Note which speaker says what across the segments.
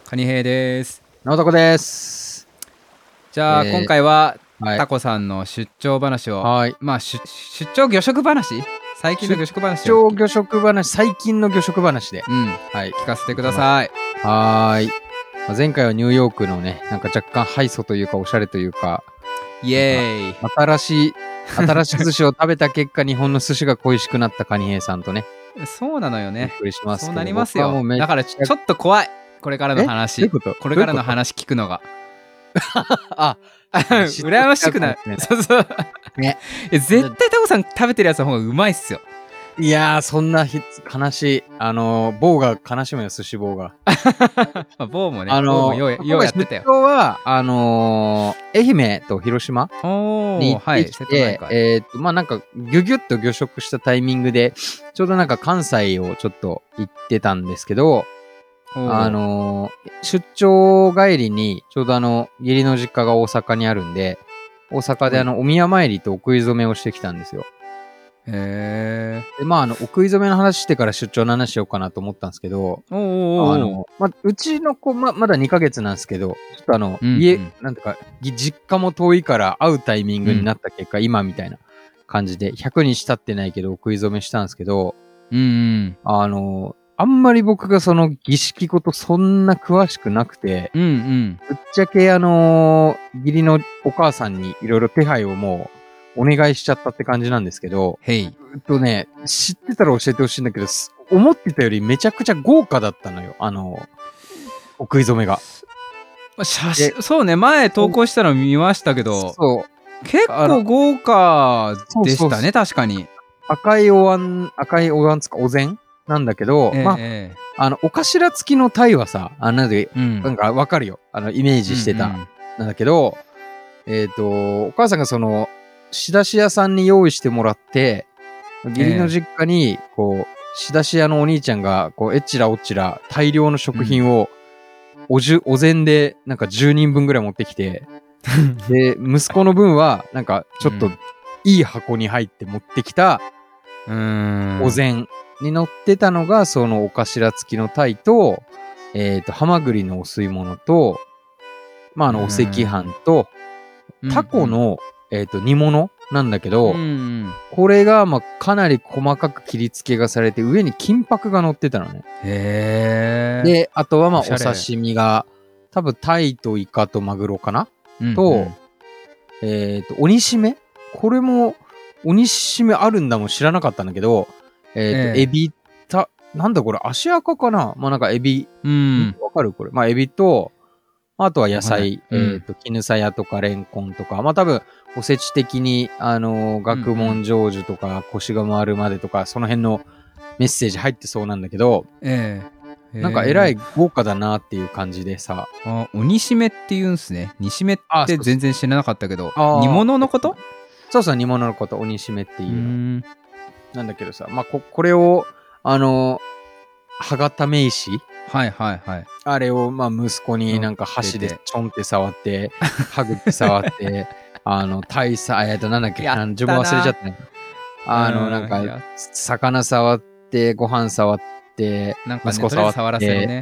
Speaker 1: カニヘイです。
Speaker 2: 直人です。
Speaker 1: じゃあ、今回は
Speaker 2: はい
Speaker 1: タコさんの出張話を、
Speaker 2: はい。
Speaker 1: 出張魚食話、最近の魚食話を
Speaker 2: 出張魚食話、最近の魚食話で、はい、
Speaker 1: 聞かせてください。
Speaker 2: はい。前回はニューヨークのね、なんか若干ハイソというかおしゃれというか、
Speaker 1: イエーイ。
Speaker 2: 新しい寿司を食べた結果、日本の寿司が恋しくなったカニヘイさんとね。
Speaker 1: そうなのよね。
Speaker 2: びっくりしますけど。
Speaker 1: そうなりますよ。だからちょっと怖い。これからの話。これからの話聞くのが。
Speaker 2: あ、
Speaker 1: 羨ましくない。そうそう。ね。絶対タコさん食べてるやつの方がうまいっすよ。
Speaker 2: いやー、そんな悲しい。棒が悲しむよ、寿司棒が。
Speaker 1: 棒もね、ようやってたよ。
Speaker 2: 出張は、愛媛と広島に行ってきて、まあなんか、ギュギュッと魚食したタイミングで、ちょうどなんか関西をちょっと行ってたんですけど、出張帰りに、ちょうど義理の実家が大阪にあるんで、大阪でお宮参りとお食い初めをしてきたんですよ。
Speaker 1: へ
Speaker 2: で、まあ、お食い初めの話してから出張の話しようかなと思ったんですけど、うちの子、まだ2ヶ月なんですけど、ちょっとなんていうか、実家も遠いから会うタイミングになった結果、今みたいな感じで、100日経ってないけど、お食い初めしたんですけど、あんまり僕がその儀式ことそんな詳しくなくて、ぶっちゃけ義理のお母さんにいろいろ手配をもう、お願いしちゃったって感じなんですけど、知ってたら教えてほしいんだけど、思ってたよりめちゃくちゃ豪華だったのよ。お食い初めが。
Speaker 1: そうね、前投稿したの見ましたけど、結構豪華でしたね、確かに。
Speaker 2: 赤いお椀つかお膳なんだけど、お頭付きの鯛はさ、なんかわかるよ。イメージしてた。なんだけど、お母さんが仕出し屋さんに用意してもらって、義理の実家に、仕出し屋のお兄ちゃんが、えっちらおっちら、大量の食品を、お膳で、なんか10人分ぐらい持ってきて、で、息子の分は、なんか、ちょっと、いい箱に入って持ってきた、お膳に乗ってたのが、そのお頭付きの鯛と、ハマグリのお吸い物と、まあ、お赤飯と、タコの、煮物なんだけど、これが、まあ、かなり細かく切り付けがされて、上に金箔が乗ってたのね。で、あとは、まあ、お刺身が、多分、タイとイカとマグロかなと、鬼しめこれも、鬼しめあるんだもん知らなかったんだけど、エビ、なんだこれ、足赤かなまあ、なんかエビ、わかるこれ。まあ、エビと、あとは野菜、絹さやとかレンコンとか、まあ多分、おせち的に、学問成就とか、腰が回るまでとか、その辺のメッセージ入ってそうなんだけど、なんかえらい豪華だなっていう感じでさ。
Speaker 1: 鬼しめって言うんすね。煮しめって全然知らなかったけど、煮物のこと？
Speaker 2: そうそう、煮物のこと、鬼しめっていうの。なんだけどさ、まあこれを、歯固め石あれを、まあ、息子になんか箸でちょんって触って、ハグって触って、大佐、なんだっけ、自分忘れちゃったね。なんか、魚触って、ご飯触って、息子触って、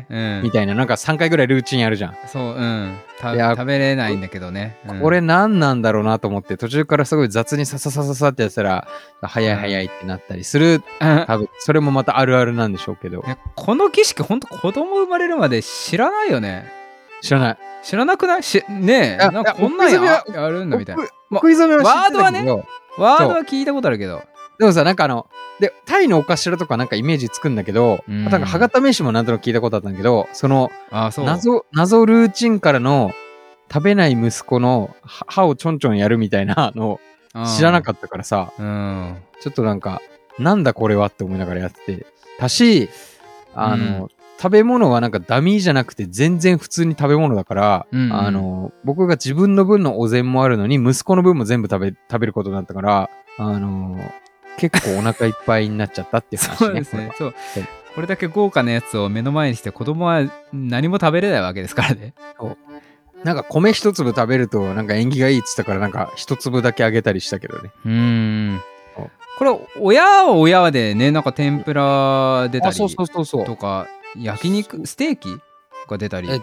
Speaker 2: みたいな、なんか3回ぐらいルーチンあるじゃん。
Speaker 1: そう、食べれないんだけどね。
Speaker 2: これ何なんだろうなと思って、途中からすごい雑にサササササってやったら、早いってなったりする。多分、それもまたあるあるなんでしょうけど。
Speaker 1: この儀式、ほんと子供生まれるまで知らないよね。
Speaker 2: 知らない。
Speaker 1: 知らなくないねえ。なんかこんなんやるんだみたいな。
Speaker 2: ワー
Speaker 1: ドはね、ワードは聞いたことあるけど。
Speaker 2: でもさ、なんかで、タイのお頭とかなんかイメージつくんだけど、なんか歯固め飯もなんとなく聞いたことあったんだけど、謎ルーチンからの食べない息子の歯をちょんちょんやるみたいなの知らなかったからさ、ちょっとなんか、なんだこれはって思いながらやってたし、食べ物はなんかダミーじゃなくて全然普通に食べ物だから、僕が自分の分のお膳もあるのに息子の分も全部食べることになったから、結構お腹いっぱいになっちゃったっていう話ね。
Speaker 1: そうですね。そう。これだけ豪華なやつを目の前にして子供は何も食べれないわけですからね。
Speaker 2: そう。なんか米一粒食べるとなんか縁起がいいっつったからなんか一粒だけあげたりしたけどね。
Speaker 1: これ親は親でね、なんか天ぷら出たりとか焼肉ステーキが出たり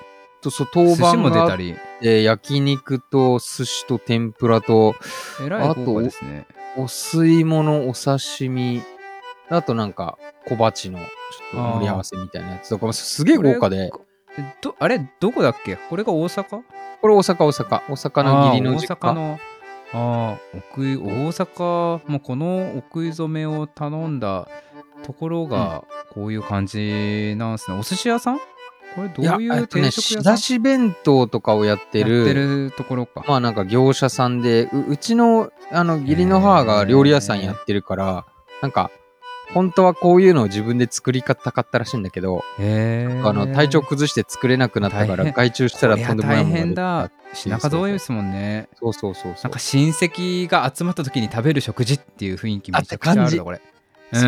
Speaker 2: 当番
Speaker 1: も出
Speaker 2: が
Speaker 1: たり。
Speaker 2: 焼肉と寿司と天ぷらと、
Speaker 1: えらい豪華ですね。
Speaker 2: お吸い物、お刺身、あとなんか小鉢のちょっと盛り合わせみたいなやつとか、すげえ豪華で。
Speaker 1: あれどこだっけ？これが大阪？
Speaker 2: これ大阪の義理の実家。
Speaker 1: 大阪の、大阪、もうこのお食い初めを頼んだところがこういう感じなんですね。お寿司屋さん？これどういう定食屋さん？
Speaker 2: 仕出し弁当とかをやってる
Speaker 1: ところか。
Speaker 2: まあなんか業者さんで、うちの義理の母が料理屋さんやってるから、なんか本当はこういうのを自分で作りたかったらしいんだけど、体調崩して作れなくなったから外注したらとんでもないものが
Speaker 1: 大変だ。品数多いですもんね。
Speaker 2: そう。
Speaker 1: なんか親戚が集まった時に食べる食事っていう雰囲気めちゃくちゃあるだこれ。
Speaker 2: そう。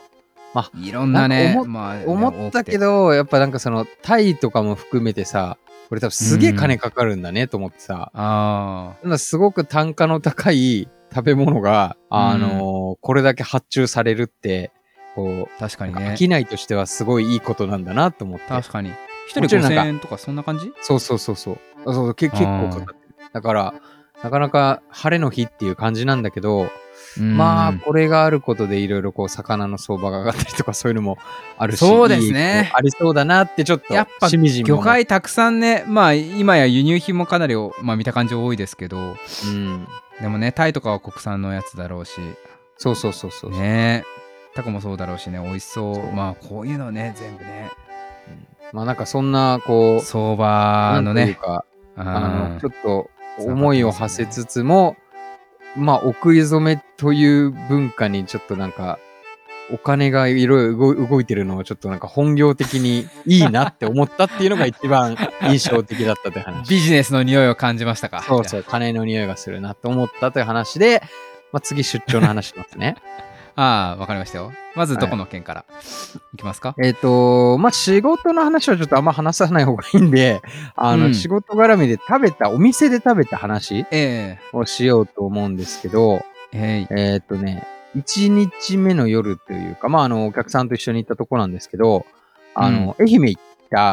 Speaker 1: まあいろんなね、
Speaker 2: 思ったけど、やっぱなんかそのタイとかも含めてさ、これ多分すげえ金かかるんだねと思ってさ、すごく単価の高い食べ物が、これだけ発注されるって、こう、
Speaker 1: 確かにね。
Speaker 2: 商いとしてはすごいいいことなんだなと思って。
Speaker 1: 確かに。一人5000円とかそんな感じ？
Speaker 2: そう。結構かかってる。だから、なかなか晴れの日っていう感じなんだけど、まあ、これがあることでいろいろこう、魚の相場が上がったりとかそういうのもあるし、
Speaker 1: そうですね。
Speaker 2: ありそうだなってちょっと、
Speaker 1: やっぱ魚介たくさんね、まあ今や輸入品もかなり、見た感じ多いですけど、でもね、タイとかは国産のやつだろうし。
Speaker 2: そう。
Speaker 1: ね、タコもそうだろうしね、美味しそう。まあこういうのね、全部ね。
Speaker 2: まあなんかそんなこう、
Speaker 1: 相場のね、
Speaker 2: ちょっと思いを馳せつつも、まあお食い初めという文化にちょっとなんか、お金がいろいろ動いてるのをちょっとなんか本業的にいいなって思ったっていうのが一番印象的だったという話。
Speaker 1: ビジネスの匂いを感じましたか？
Speaker 2: そう、金の匂いがするなと思ったという話で、まあ次出張の話しますね。
Speaker 1: わかりましたよ。まずどこの件からいきますか？
Speaker 2: まあ仕事の話はちょっとあんま話さない方がいいんで、仕事絡みでお店で食べた話をしようと思うんですけど、1日目の夜というか、まあお客さんと一緒に行ったとこなんですけど、愛媛行った、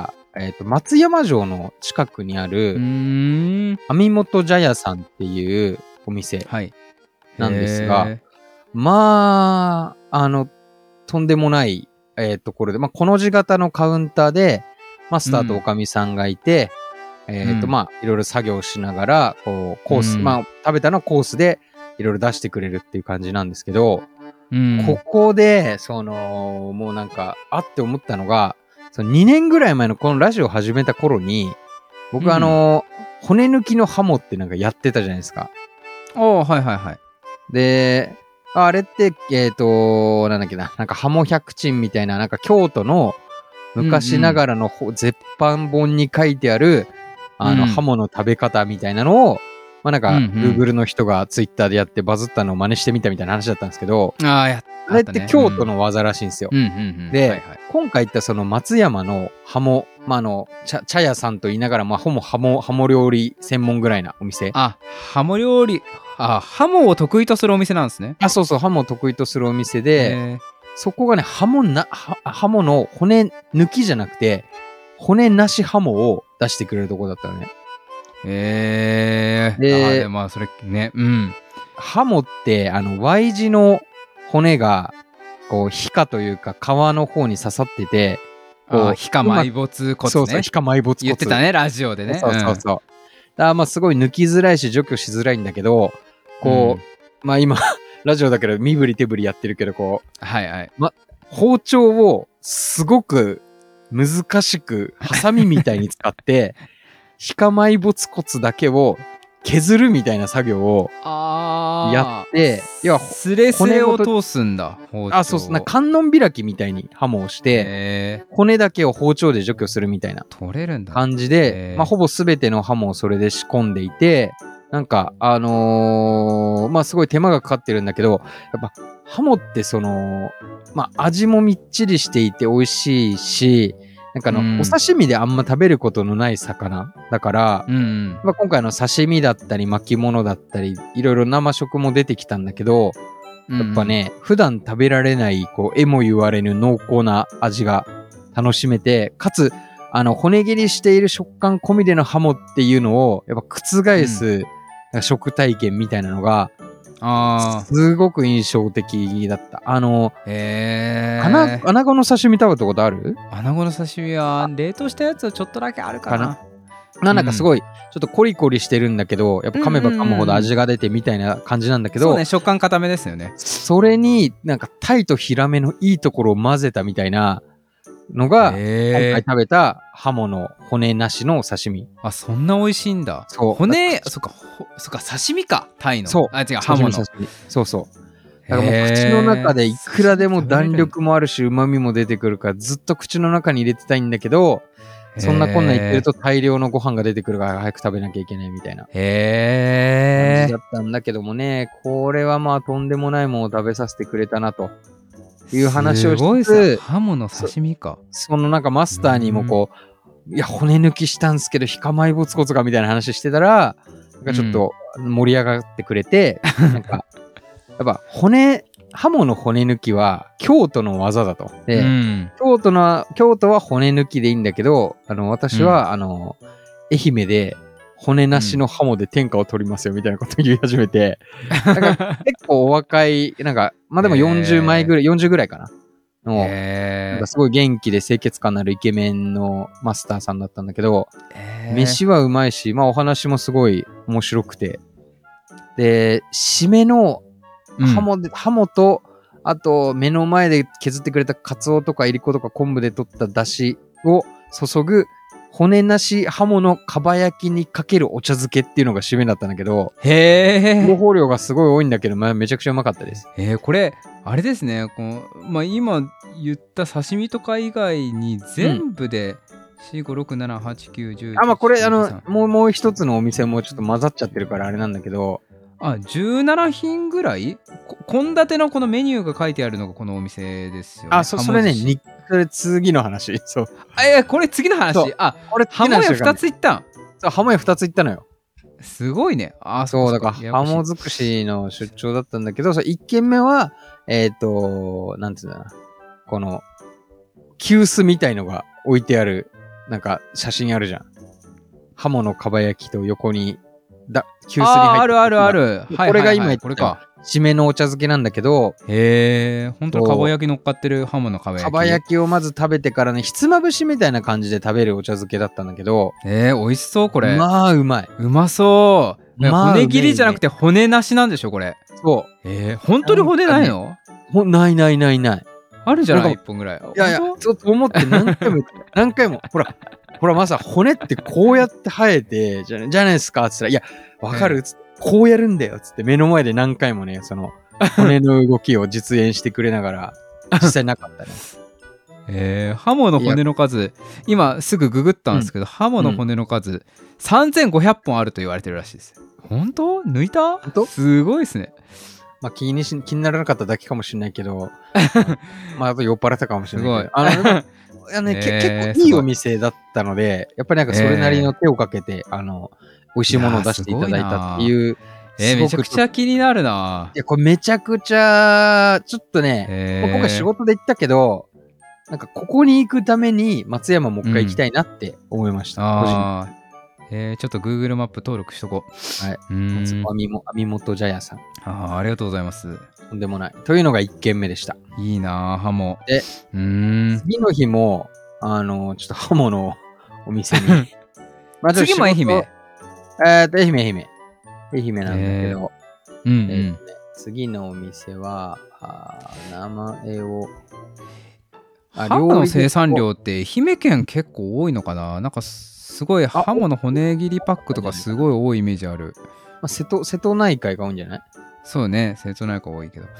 Speaker 2: 松山城の近くにある、網本茶屋さんっていうお店なんですが、まあ、とんでもない、ところで、まあ、この字型のカウンターで、マスターとおかみさんがいて、まあ、いろいろ作業しながら、こう、コース、まあ、食べたのコースで、いろいろ出してくれるっていう感じなんですけど、ここで、もうなんか、って思ったのが、2年ぐらい前のこのラジオ始めた頃に、僕骨抜きのハモってなんかやってたじゃないですか。で、あれって、なんだっけな、なんかハモ百珍みたいな、なんか京都の昔ながらの絶版本に書いてある、ハモの食べ方みたいなのを、まあなんか、Google の人が Twitter でやってバズったのを真似してみたみたいな話だったんですけど、あれって京都の技らしいんですよ。で、今回行ったその松山のハモ、まあ茶屋さんと言いながら、まあハモ料理専門ぐらいなお店。
Speaker 1: ハモ料理、ハモを得意とするお店なんですね。
Speaker 2: そう、ハモを得意とするお店で、そこがね、ハモの骨抜きじゃなくて、骨なしハモを出してくれるところだったのね。
Speaker 1: で、まあそれね、
Speaker 2: ハモって、Y 字の骨が、こう、皮下というか、皮の方に刺さってて、
Speaker 1: 皮下埋没骨ね。
Speaker 2: そう、皮下埋没骨。
Speaker 1: 言ってたね、ラジオでね。
Speaker 2: そう。だからまあすごい抜きづらいし除去しづらいんだけど、こう、まあ今、ラジオだけど身振り手振りやってるけど、こう、包丁をすごく難しく、ハサミみたいに使って、皮下埋没骨だけを削るみたいな作業をやって、
Speaker 1: 要はスレスレを通すんだ。
Speaker 2: そう、観音開きみたいにハモをして、骨だけを包丁で除去するみたいな感じで、まあほぼ全てのハモをそれで仕込んでいて、なんかまあすごい手間がかかってるんだけど、やっぱハモってまあ味もみっちりしていて美味しいし、なんかお刺身であんま食べることのない魚だから、まあ、今回刺身だったり巻物だったりいろいろ生食も出てきたんだけど、やっぱね、普段食べられないこうえも言われぬ濃厚な味が楽しめて、かつ骨切りしている食感込みでのハモっていうのを、やっぱ覆す、食体験みたいなのが、すごく印象的だった。アナゴの刺身食べたことある？
Speaker 1: アナゴの刺身は冷凍したやつはちょっとだけあるかな。
Speaker 2: なんかすごいちょっとコリコリしてるんだけど、やっぱ噛めば噛むほど味が出てみたいな感じなんだけど、
Speaker 1: そうね、食感固めですよね。
Speaker 2: それになんかタイとヒラメのいいところを混ぜたみたいなのが、今回食べたハモの骨なしの刺身。
Speaker 1: そんな美味しいんだ。そう骨、そっか刺身か、タイの。
Speaker 2: そう、
Speaker 1: 違う、ハモの。
Speaker 2: そうそう。だからもう口の中でいくらでも弾力もあるし、旨味も出てくるから、ずっと口の中に入れてたいんだけど、そんなこんなん言ってると大量のご飯が出てくるから早く食べなきゃいけないみたいな感じだったんだけどもね、これはまあとんでもないものを食べさせてくれたなという話をしつつ、
Speaker 1: ハモの刺身か。
Speaker 2: そのなんかマスターにもこう、いや骨抜きしたんすけど非カ米ボツコツがみたいな話してたら、なんかちょっと盛り上がってくれて、なんかやっぱハモの骨抜きは京都の技だと。で、京都は骨抜きでいいんだけど、私は、愛媛で骨なしのハモで天下を取りますよみたいなことを言い始めて、なんか結構お若い、なんか、まあでも40ぐらいかな。なんかすごい元気で清潔感のあるイケメンのマスターさんだったんだけど、飯はうまいし、まあお話もすごい面白くて、で、締めのハモと、あと、目の前で削ってくれたカツオとかイリコとか昆布で取った出汁を注ぐ、骨なしハモのかば焼きにかけるお茶漬けっていうのが締めだったんだけど、情報量がすごい多いんだけど、まあ、めちゃくちゃうまかったです。
Speaker 1: これ、あれですね、まあ、今言った刺身とか以外に全部で、4、5、6、7、8、9、10。
Speaker 2: まあ、これ、もう一つのお店もちょっと混ざっちゃってるからあれなんだけど、
Speaker 1: 17品ぐらい献立のこのメニューが書いてあるのがこのお店ですよね。
Speaker 2: それね、それ次の話。そう。
Speaker 1: これ次の話。
Speaker 2: これ
Speaker 1: ハモ屋2つ行ったん？
Speaker 2: そう、ハモ屋2つ行ったのよ。
Speaker 1: すごいね。
Speaker 2: そう、だからハモ尽くしの出張だったんだけど、1軒目は、なんていうんだな。この、急須みたいのが置いてある、なんか写真あるじゃん。ハモのかば焼きと横に、急須に入ってる。
Speaker 1: ある。
Speaker 2: これが今言った締めのお茶漬けなんだけど、
Speaker 1: 本当かば焼き乗っかってるハモのかば焼き。
Speaker 2: かば焼きをまず食べてからね、ひつまぶしみたいな感じで食べるお茶漬けだったんだけど、
Speaker 1: 美味しそうこれ。
Speaker 2: まあうまい。
Speaker 1: うまそう。骨切りじゃなくて骨なしなんでしょこれ。
Speaker 2: そう。
Speaker 1: 本当に骨ないの？
Speaker 2: ない。
Speaker 1: あるじゃない1本ぐらい。
Speaker 2: いやちょっと思って何回もほらまさ骨ってこうやって生えてじゃないですかっつったら、いやわかるっつって、こうやるんだよっつって目の前で何回もね、その骨の動きを実演してくれながら、実際なかった
Speaker 1: ね。ハモの骨の数、今すぐググったんですけど、ハモの骨の数、3500本あると言われてるらしいです。本当？抜いた？すごいですね。
Speaker 2: まあ気にならなかっただけかもしれないけど、まああと酔っ払ったかもしれないけど、結構いいお店だったので、やっぱりなんかそれなりの手をかけて、美味しいものを出していただいたっていう。
Speaker 1: めちゃくちゃ気になるな。
Speaker 2: いや、これめちゃくちゃ、ちょっとね、今回仕事で行ったけど、なんかここに行くために松山もう一回行きたいなって思いました。
Speaker 1: ちょっと Google マップ登録しとこう。
Speaker 2: はい。網本茶屋さん。
Speaker 1: ありがとうございます。
Speaker 2: とんでもない。というのが1軒目でした。
Speaker 1: いいなハモ。
Speaker 2: で、次の日も、ちょっとハモのお店に。
Speaker 1: 次も愛媛？
Speaker 2: 愛媛なんだけど、次のお店は、名前を。
Speaker 1: ハモの生産量って愛媛県結構多いのかな？なんかすごいハモの骨切りパックとかすごい多いイメージある。
Speaker 2: 瀬戸内海が多いんじゃない？
Speaker 1: そうね、瀬戸内海多いけど。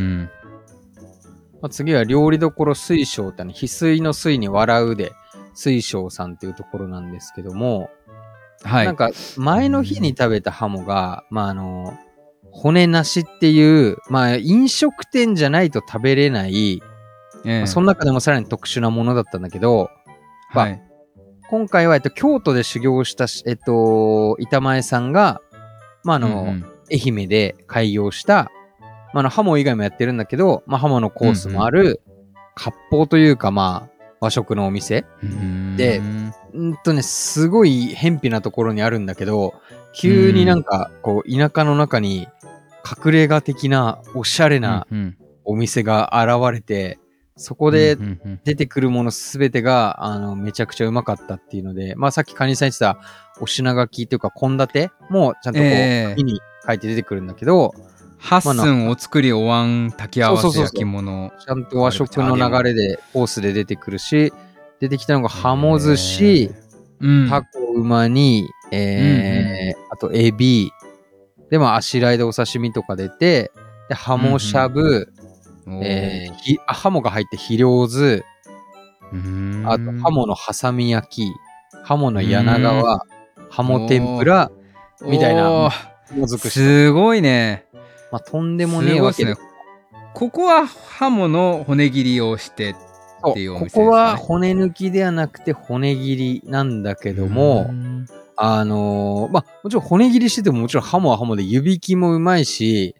Speaker 2: 次は料理どころ水晶って翡翠の水に笑うで水晶さんっていうところなんですけども、なんか前の日に食べたハモが、骨なしっていう、飲食店じゃないと食べれない、その中でもさらに特殊なものだったんだけど、今回は、京都で修行した、板前さんが、愛媛で開業した、ハモ以外もやってるんだけど、ハモのコースもある、割烹というか、和食のお店で、 すごい偏僻なところにあるんだけど、急になんか、こう、田舎の中に、隠れ家的な、おしゃれなお店が現れて、そこで出てくるものすべてが、めちゃくちゃうまかったっていうので、まあさっきカニさん言ってた、お品書きというか、献立もちゃんとこう、紙に書いて出てくるんだけど、
Speaker 1: 8寸お作りお椀炊き合わせ焼き物。
Speaker 2: ちゃんと和食の流れで、コースで出てくるし、出てきたのがハモ寿司、タコ馬に、あとエビ、でもあしらいでお刺身とか出て、で、ハモしゃぶ、ハモが入って肥料酢、あとハモのハサミ焼き、ハモの柳川、ハモ天ぷら、みたいな。
Speaker 1: すごいね。
Speaker 2: まあ、とんでもねえわけです。
Speaker 1: ここはハモの骨切りをしてっていうお店ですかね。
Speaker 2: ここは骨抜きではなくて骨切りなんだけども、まあ、もちろん骨切りしててももちろんハモはハモで湯引きもうまいし、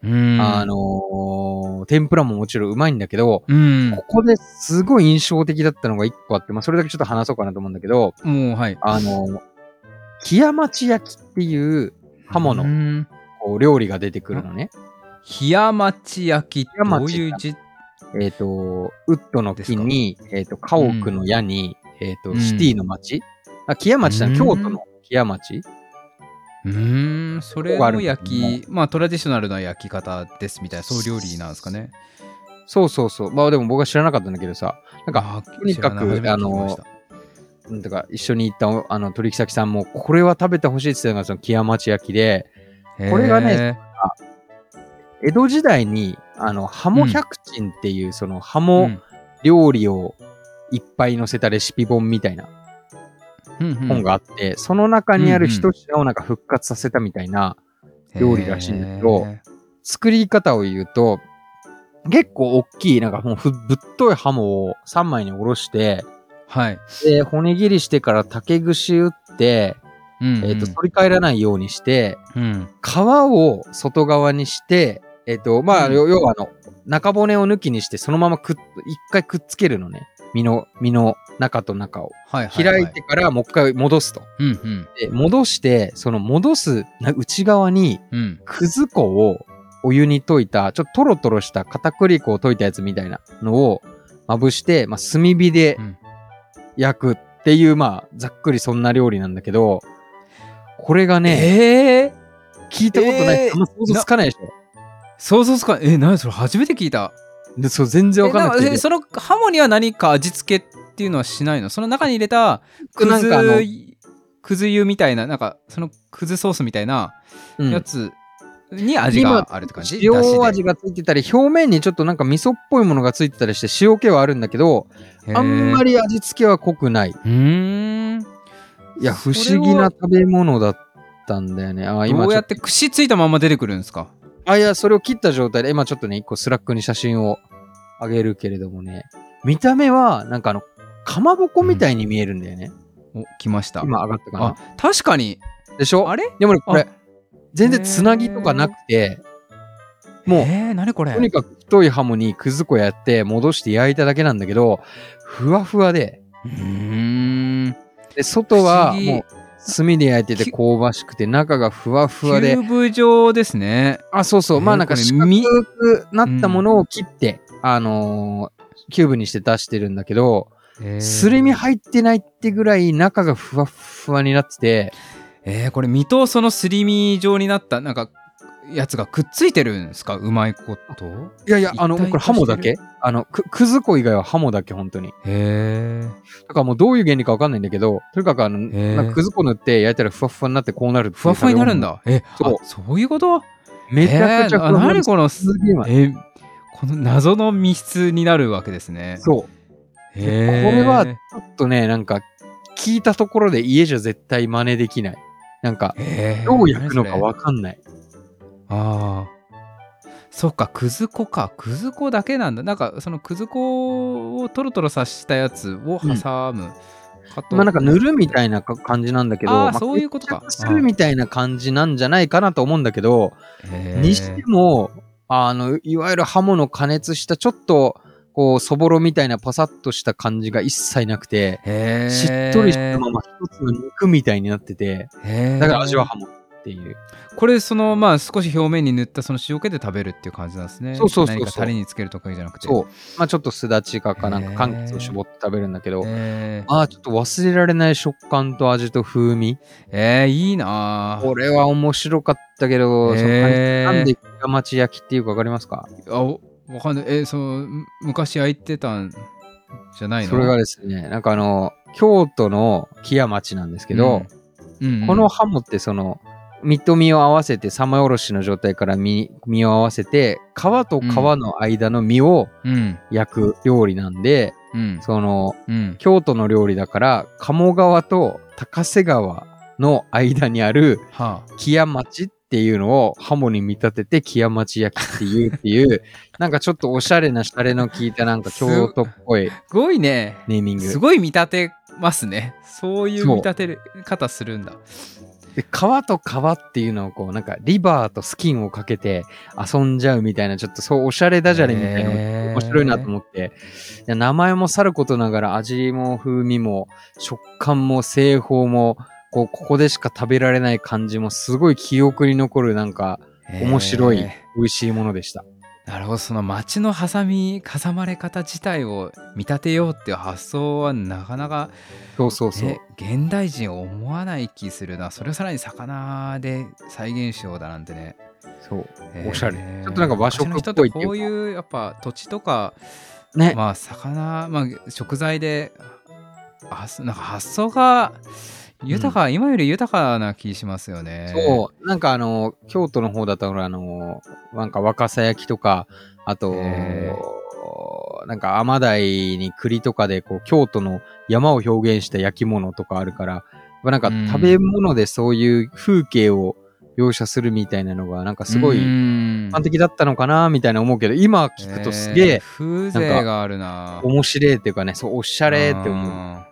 Speaker 2: 天ぷらももちろんうまいんだけど、ここですごい印象的だったのが一個あって、まあ、それだけちょっと話そうかなと思うんだけど、
Speaker 1: はい。
Speaker 2: 木屋町焼きっていうハモのこう料理が出てくるのね。
Speaker 1: 木屋町焼きってどういう字？
Speaker 2: ウッドの木に、家屋の矢に、シティの町。木屋町って京都の木屋町。
Speaker 1: それの焼き、まあトラディショナルな焼き方ですみたいな、そういう料理なんですかね。
Speaker 2: そうそうそう。まあでも僕は知らなかったんだけどさ、なんか、とにかく、なんとか一緒に行った取引先さんも、これは食べてほしいって言ってたのがその木屋町焼きで、これがね、江戸時代に、ハモ百珍っていう、そのハモ料理をいっぱい載せたレシピ本みたいな本があって、その中にある一品をなんか復活させたみたいな料理らしいんだけど、作り方を言うと、結構大きい、なんかもうぶっといハモを3枚におろして、で、骨切りしてから竹串打って、反り返らないようにして、皮を外側にして、まあ、要は中骨を抜きにして、そのまま一回くっつけるのね。身の中と中を。開いてからもう一回戻すと。で戻して、その戻す内側に、くず粉をお湯に溶いた、ちょっとトロトロした片栗粉を溶いたやつみたいなのをまぶして、まあ、炭火で焼くっていう、まあ、ざっくりそんな料理なんだけど、これがね、聞いたことない。あんま想像つかないでしょ。
Speaker 1: 想像つかない。何それ初めて聞いた。
Speaker 2: で、そう、全然わかんなくて。
Speaker 1: そのハモには何か味付けっていうのはしないの？その中に入れたくず湯みたいな、なんかそのくずソースみたいなやつに味があるって感じ？
Speaker 2: 塩味がついてたり、表面にちょっとなんか味噌っぽいものがついてたりして塩気はあるんだけど、あんまり味付けは濃くない。いや、不思議な食べ物だったんだよね。
Speaker 1: 今どうやって串ついたまま出てくるんですか？
Speaker 2: いや、それを切った状態で、今ちょっとね、一個スラックに写真をあげるけれどもね、見た目は、なんかかまぼこみたいに見えるんだよね。
Speaker 1: 来ました。
Speaker 2: 今上がったかな。
Speaker 1: 確かに。
Speaker 2: でしょ？
Speaker 1: あれ？
Speaker 2: でもね、これ、全然つなぎとかなくて、もう、
Speaker 1: 何これ？
Speaker 2: とにかく太いハモにくず粉やって戻して焼いただけなんだけど、ふわふわで、で、外はもう、炭で焼いてて香ばしくて、中がふわふわで。
Speaker 1: キューブ状ですね。
Speaker 2: そうそう。まあなんか四角くなったものを切って、キューブにして出してるんだけど、すり身入ってないってぐらい中がふわふわになって
Speaker 1: て。これ身とそのすり身状になった、なんか、やつがくっついてるんですか？うまいこと。
Speaker 2: いやいや、これハモだけくず粉以外はハモだけ、本当に。だからもうどういう原理かわかんないんだけど、とにかくなんかくず粉塗って焼いたらふわふわになってこうなるっていう。
Speaker 1: ふわふわになるんだ。そういうこと？
Speaker 2: めちゃくちゃ
Speaker 1: 何この、この謎の密室になるわけですね。
Speaker 2: そう。これはちょっとね、なんか聞いたところで家じゃ絶対真似できない。なんか、どう焼くのかわかんない。
Speaker 1: そっか、くず粉か。くず粉だけなんだ。なんか、そのくず粉をトロトロさしたやつを挟む。
Speaker 2: まあなんか塗るみたいな感じなんだけど、
Speaker 1: そういうことか。
Speaker 2: するみたいな感じなんじゃないかなと思うんだけど、にしても、いわゆるハモの加熱したちょっとこう、そぼろみたいなパサッとした感じが一切なくて、しっとりしたまま一つの肉みたいになってて、だから味はハモっていう。
Speaker 1: これまあ少し表面に塗ったその塩気で食べるっていう感じなんですね。
Speaker 2: そう。
Speaker 1: 何かタレにつけるとかじゃなくて。
Speaker 2: そう。まあちょっとすだちかなんか柑橘を絞って食べるんだけど、まあちょっと忘れられない食感と味と風味。
Speaker 1: いいな
Speaker 2: これは面白かったけど、なんで北町焼きっていうか分かりますか？
Speaker 1: わかんない。昔焼いてたんじゃないの？
Speaker 2: それがですね、なんか京都の木屋町なんですけど、このハモって身と身を合わせて、三枚おろしの状態から身を合わせて、皮と皮の間の身を焼く料理なんで、京都の料理だから、鴨川と高瀬川の間にある木屋町っていうのをハモに見立てて木屋町焼きっていう、なんかちょっとおしゃれなシャレの効いたなんか京都っぽい。
Speaker 1: すごいね。
Speaker 2: ネーミング。
Speaker 1: すごい見立てますね。そういう見立て方するんだ。
Speaker 2: で、皮と皮っていうのをこう、なんかリバーとスキンをかけて遊んじゃうみたいな、ちょっとそうおしゃれダジャレみたいなのが面白いなと思って、名前もさることながら味も風味も食感も製法も、ここでしか食べられない感じもすごい記憶に残るなんか面白い美味しいものでした。
Speaker 1: なるほど。その町の挟まれ方自体を見立てようっていう発想はなかなか
Speaker 2: そう
Speaker 1: 現代人思わない気するな。それをさらに魚で再現しようだなんてね。
Speaker 2: そう、おしゃれ。ちょっとなんか和食っぽいっていうか。
Speaker 1: こういうやっぱ土地とか、
Speaker 2: ね、
Speaker 1: まあ魚、まあ食材でなんか発想が今より豊かな気しますよね。
Speaker 2: そう。なんか京都の方だとなんか若狭焼きとか、あと、なんか甘鯛に栗とかでこう京都の山を表現した焼き物とかあるから、なんか食べ物でそういう風景を描写するみたいなのがなんかすごい一般的だったのかなみたいな思うけど、今聞くとすげえ
Speaker 1: 風情があるな。
Speaker 2: 面白いっていうかね、そうおしゃれって思う。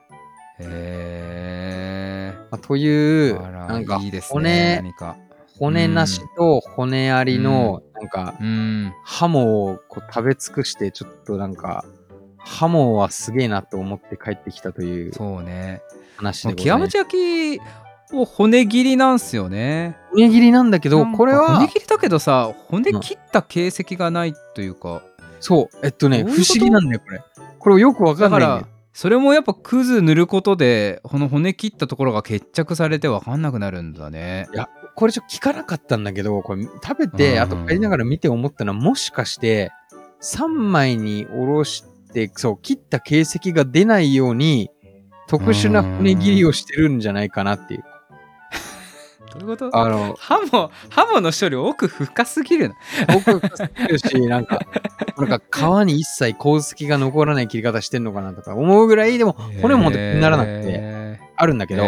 Speaker 2: という、なんか骨なしと骨ありの、なんか、ハモをこう食べ尽くして、ちょっとなんか、ハモはすげえなと思って帰ってきたという話でございます。
Speaker 1: 木屋町焼きを骨切りなんすよね。
Speaker 2: 骨切りなんだけど、これは
Speaker 1: 骨切りだけどさ、骨切った形跡がないというか。
Speaker 2: そう、不思議なんだよ、これ。これよくわかんないんだよ。
Speaker 1: それもやっぱくず塗ることでこの骨切ったところが決着されて分かんなくなるんだね。
Speaker 2: いやこれちょっと聞かなかったんだけど、これ食べてあと帰りながら見て思ったのは、もしかして3枚におろしてそう切った形跡が出ないように特殊な骨切りをしてるんじゃないかなっていう。
Speaker 1: どういうこと？ハモの処理奥深すぎるな。
Speaker 2: 奥深すぎるし、なんか皮に一切光跡が残らない切り方してんのかなとか思うぐらい、でも骨もほんと気にならなくてあるんだけど。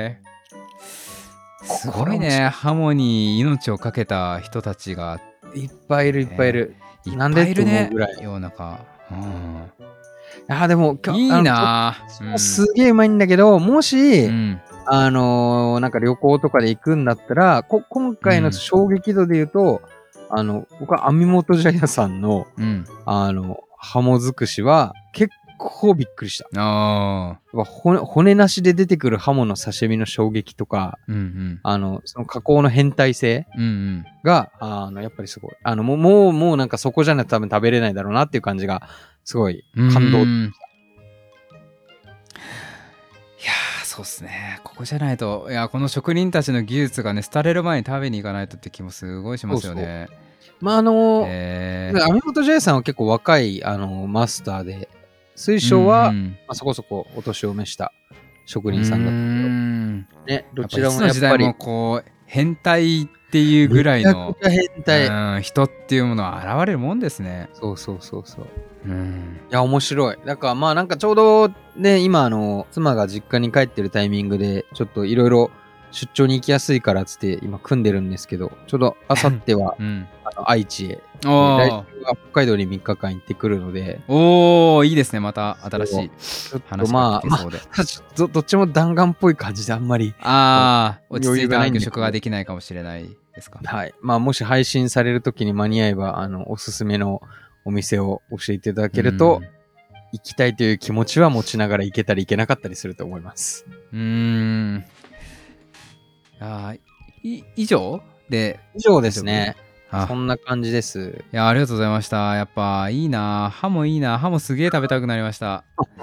Speaker 1: すごいね、ハモに命をかけた人たちが
Speaker 2: いっぱいいる。
Speaker 1: なんでって思うぐらい世の中。
Speaker 2: でも
Speaker 1: いいな。
Speaker 2: すげえうまいんだけど、もしなんか旅行とかで行くんだったら、今回の衝撃度で言うと、僕は網本茶屋さんの、ハモ尽くしは結構びっくりした。骨なしで出てくるハモの刺身の衝撃とか、その加工の変態性が、やっぱりすごい。もうなんかそこじゃないと多分食べれないだろうなっていう感じが、すごい感動。
Speaker 1: そうっすね。ここじゃないと、この職人たちの技術がね、廃れる前に食べに行かないとって気もすごいしますよね。
Speaker 2: まあ網本茶屋さんは結構若いマスターで、水晶は、そこそこお年を召した職人さんだったけど、ね、どちらもやっぱり。いつの時代もこう変態っていうぐらいの人っていうものは現れるもんですね。 そう。いや面白い。だからまあなんかちょうどね、今妻が実家に帰ってるタイミングでちょっといろいろ出張に行きやすいからっつって今組んでるんですけど、ちょうどあさっては愛知へ、来週は北海道に3日間行ってくるので、
Speaker 1: いいですね。また新しい話が聞けそうで、
Speaker 2: どっちも弾丸っぽい感じであんまり
Speaker 1: 落ち着いた学食ができないかもしれないですか。
Speaker 2: はい。まあもし配信される時に間に合えばおすすめのお店を教えていただけると、行きたいという気持ちは持ちながら行けたり行けなかったりすると思います。
Speaker 1: 以上
Speaker 2: ですね。そんな感じです。
Speaker 1: いや、ありがとうございました。やっぱいいな。ハモいいな。ハモすげえ食べたくなりました。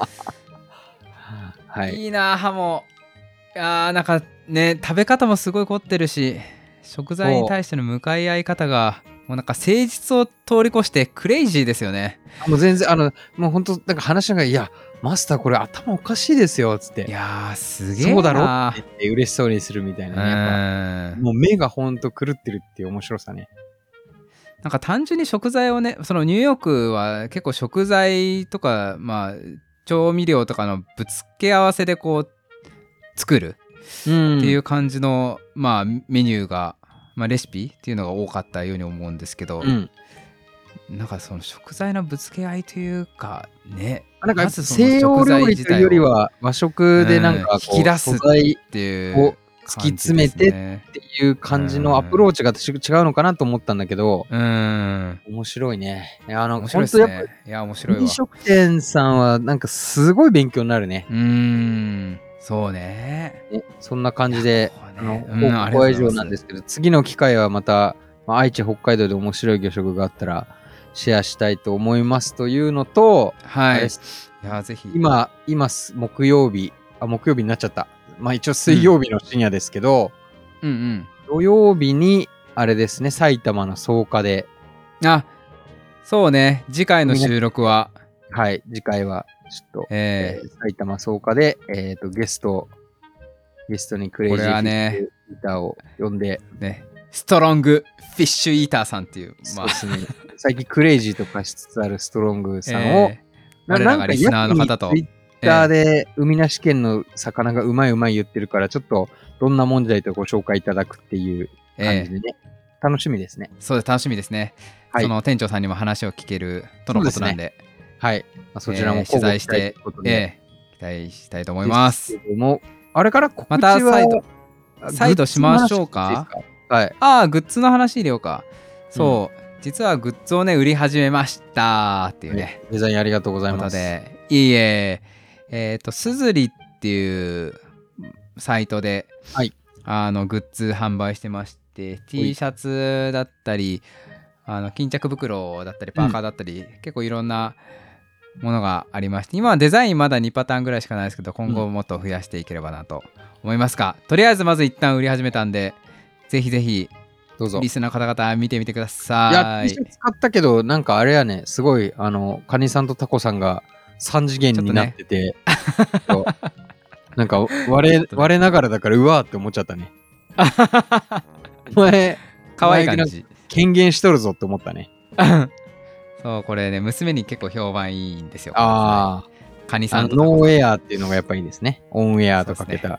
Speaker 2: はい。
Speaker 1: いいな、ハモ。いやー、なんかね、食べ方もすごい凝ってるし、食材に対しての向かい合い方が、もうなんか誠実を通り越してクレイジーですよね。
Speaker 2: もう全然、もう本当なんか話が、いや、マスターこれ頭おかしいですよ、つって。
Speaker 1: いやー、すげえな。
Speaker 2: そうだろって言って嬉しそうにするみたいなね。やっぱもう目がほんと狂ってるっていう面白さね。
Speaker 1: なんか単純に食材をね、そのニューヨークは結構食材とか、まあ、調味料とかのぶつけ合わせでこう、作るっていう感じの、まあ、メニューが、まあ、レシピっていうのが多かったように思うんですけど、なんかその食材のぶつけ合いというかね、
Speaker 2: なんか西洋料理というよりは和食でなんか
Speaker 1: 引き出すっていう
Speaker 2: 突き詰めてっていう感じのアプローチが違うのかなと思ったんだけど、面白いね。
Speaker 1: 面白いですね。いや面白いわ。
Speaker 2: 飲食店さんはなんかすごい勉強になるね。
Speaker 1: そうね。
Speaker 2: そんな感じで、ここ以上なんですけど、次の機会はまた、愛知、北海道で面白い魚食があったら、シェアしたいと思いますというのと、
Speaker 1: はい。いや、ぜひ。
Speaker 2: 今、木曜日になっちゃった。まあ一応水曜日の深夜ですけど、土曜日に、あれですね、埼玉の草加で。
Speaker 1: そうね、次回の収録は。
Speaker 2: はい、次回は、ちょっと、埼玉草加で、ゲストにクレイジーフィッシュイーターを呼んで、
Speaker 1: ストロングフィッシュイーターさんっていう、
Speaker 2: そうですね。最近クレイジーとかしつつあるストロングさんを、
Speaker 1: 我らがリスナーの方と。
Speaker 2: ツイッターで海なし県の魚がうまいうまい言ってるから、ちょっとどんなもんじゃいとご紹介いただくっていう感じでね。楽しみですね。
Speaker 1: そうです、楽しみですね。その店長さんにも話を聞けるとのことなんで。
Speaker 2: はい。そちらも
Speaker 1: 取材して、期待したいと思います。
Speaker 2: あれから
Speaker 1: また再度しましょうか。
Speaker 2: はい。
Speaker 1: グッズの話入れようか。そう。実はグッズをね、売り始めましたっていうね。
Speaker 2: デザインありがとうございます。
Speaker 1: いいえ。すずりっていうサイトで、グッズ販売してまして、T シャツだったり、巾着袋だったり、パーカーだったり、結構いろんなものがありまして、今はデザインまだ2パターンぐらいしかないですけど、今後もっと増やしていければなと思いますが、とりあえずまず一旦売り始めたんで、ぜひぜひ、どうぞリスナーの方々見てみてください。
Speaker 2: いや、使ったけど、なんかあれやね、すごい、カニさんとタコさんが3次元になってて、なんか我ながらだから、うわーって思っちゃったね。お前、
Speaker 1: 可愛い感じ。
Speaker 2: 権限しとるぞって思ったね。
Speaker 1: そう、これね、娘に結構評判いいんですよ。
Speaker 2: カニさんとノーエアっていうのがやっぱいいんですね。オンエアとかけた。
Speaker 1: はい。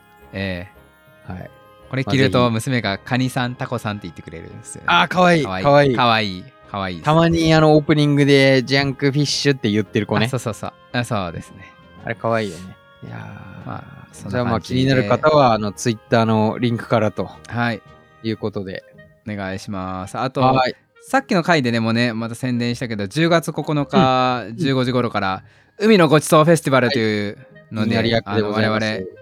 Speaker 1: これ着ると娘がカニさん、タコさんって言ってくれるんですよ。
Speaker 2: かわいい。
Speaker 1: かわいい。
Speaker 2: たまにオープニングでジャンクフィッシュって言ってる子ね。
Speaker 1: そうですね。
Speaker 2: あれかわいいよね。いや
Speaker 1: ー、
Speaker 2: じゃあ気になる方はツイッターのリンクからということで
Speaker 1: お願いします。あと、さっきの回でねもねまた宣伝したけど、10月9日15時頃から海のごちそうフェスティバルというので、我々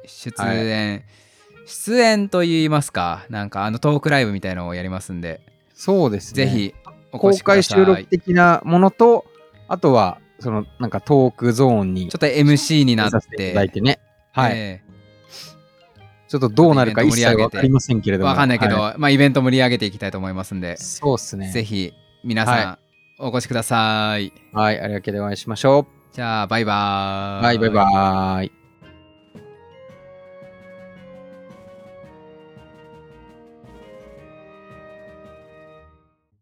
Speaker 1: 出演といいますか、なんかトークライブみたいのをやりますんで、
Speaker 2: そうですね。
Speaker 1: ぜひお越しください。
Speaker 2: 公開収録的なものと、あとはそのなんかトークゾーンに
Speaker 1: ちょっと MC になって
Speaker 2: いただいてね。はい。ちょっとどうなるか一切わかりませんけれども。
Speaker 1: わかんないけど、まあイベント盛り上げていきたいと思いますんで。
Speaker 2: そうですね。
Speaker 1: ぜひ皆さんお越しください。
Speaker 2: はい、ありがとうございましょう。
Speaker 1: じゃあバイバーイ。
Speaker 2: はい、バイバーイ。